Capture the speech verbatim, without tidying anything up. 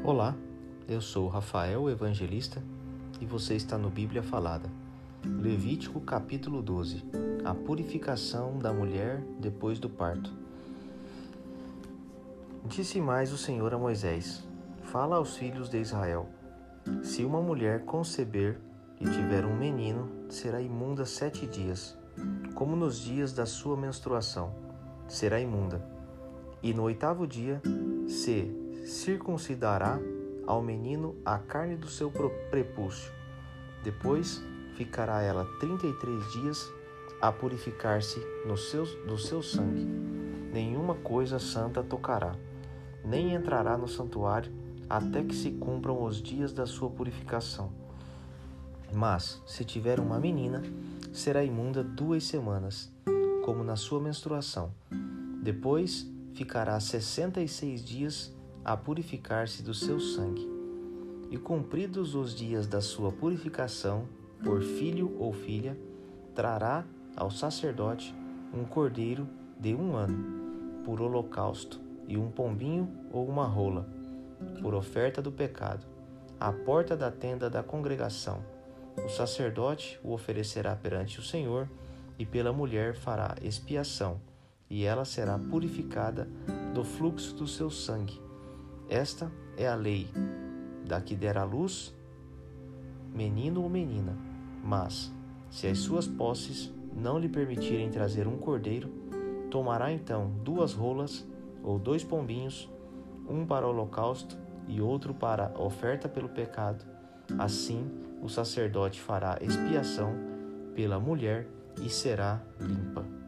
Olá, eu sou Rafael, o evangelista, e você está no Bíblia Falada. Levítico capítulo doze. A purificação da mulher depois do parto. Disse mais o Senhor a Moisés: Fala aos filhos de Israel: Se uma mulher conceber e tiver um menino, será imunda sete dias, como nos dias da sua menstruação, será imunda. E no oitavo dia se circuncidará ao menino a carne do seu prepúcio. Depois ficará ela trinta e três dias a purificar-se no seu, do seu sangue. Nenhuma coisa santa tocará, nem entrará no santuário até que se cumpram os dias da sua purificação. Mas, se tiver uma menina, será imunda duas semanas, como na sua menstruação. Depois ficará sessenta e seis dias a purificar-se do seu sangue. E cumpridos os dias da sua purificação, por filho ou filha, trará ao sacerdote um cordeiro de um ano, por holocausto, e um pombinho ou uma rola, por oferta do pecado, à porta da tenda da congregação. O sacerdote o oferecerá perante o Senhor, e pela mulher fará expiação, e ela será purificada do fluxo do seu sangue. Esta é a lei da que der à luz menino ou menina. Mas, se as suas posses não lhe permitirem trazer um cordeiro, tomará então duas rolas ou dois pombinhos, um para o holocausto e outro para a oferta pelo pecado. Assim, o sacerdote fará expiação pela mulher e será limpa.